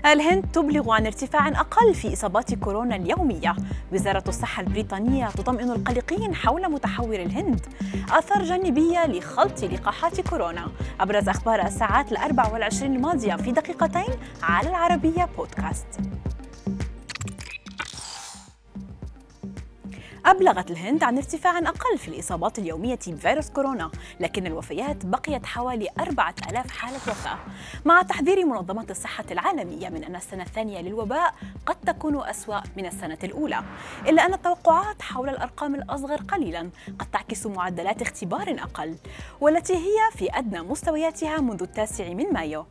الهند تبلغ عن ارتفاع أقل في إصابات كورونا اليومية. وزارة الصحة البريطانية تطمئن القلقين حول متحور الهند. آثار جانبية لخلط لقاحات كورونا. أبرز أخبار الساعات 24 الماضية في دقيقتين على العربية بودكاست. أبلغت الهند عن ارتفاع أقل في الإصابات اليومية بفيروس كورونا، لكن الوفيات بقيت حوالي 4000 حالة وفاة، مع تحذير منظمة الصحة العالمية من أن السنة الثانية للوباء قد تكون أسوأ من السنة الأولى، إلا أن التوقعات حول الأرقام الأصغر قليلاً قد تعكس معدلات اختبار أقل، والتي هي في أدنى مستوياتها منذ 9 مايو.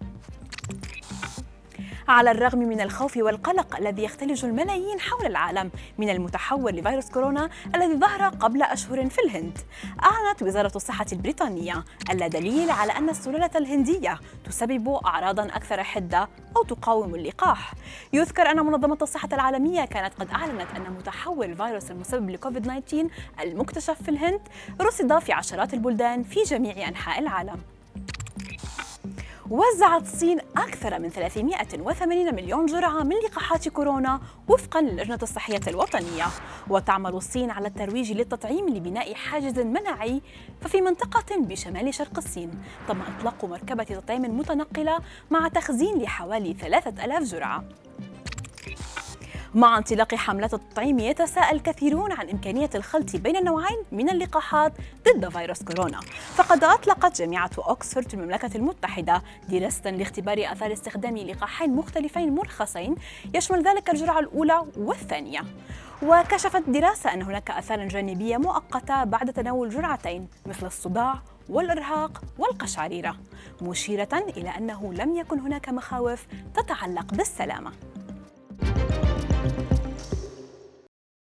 على الرغم من الخوف والقلق الذي يختلج الملايين حول العالم من المتحور لفيروس كورونا الذي ظهر قبل أشهر في الهند، أعلنت وزارة الصحة البريطانية ألا دليل على أن السلالة الهندية تسبب أعراضاً أكثر حدة أو تقاوم اللقاح. يذكر أن منظمة الصحة العالمية كانت قد أعلنت أن متحور الفيروس المسبب لكوفيد-19 المكتشف في الهند رصد في عشرات البلدان في جميع أنحاء العالم. وزعت الصين أكثر من 380 مليون جرعة من لقاحات كورونا وفقاً للجنة الصحية الوطنية، وتعمل الصين على الترويج للتطعيم لبناء حاجز مناعي. ففي منطقة بشمال شرق الصين تم إطلاق مركبة تطعيم متنقلة مع تخزين لحوالي 3000 جرعة. مع انطلاق حملات التطعيم يتساءل كثيرون عن إمكانية الخلط بين النوعين من اللقاحات ضد فيروس كورونا، فقد أطلقت جامعة أوكسفورد في المملكة المتحدة دراسة لاختبار آثار استخدام لقاحين مختلفين مرخصين يشمل ذلك الجرعة الأولى والثانية. وكشفت الدراسة أن هناك آثار جانبية مؤقتة بعد تناول جرعتين مثل الصداع والإرهاق والقشعريرة، مشيرة إلى أنه لم يكن هناك مخاوف تتعلق بالسلامة.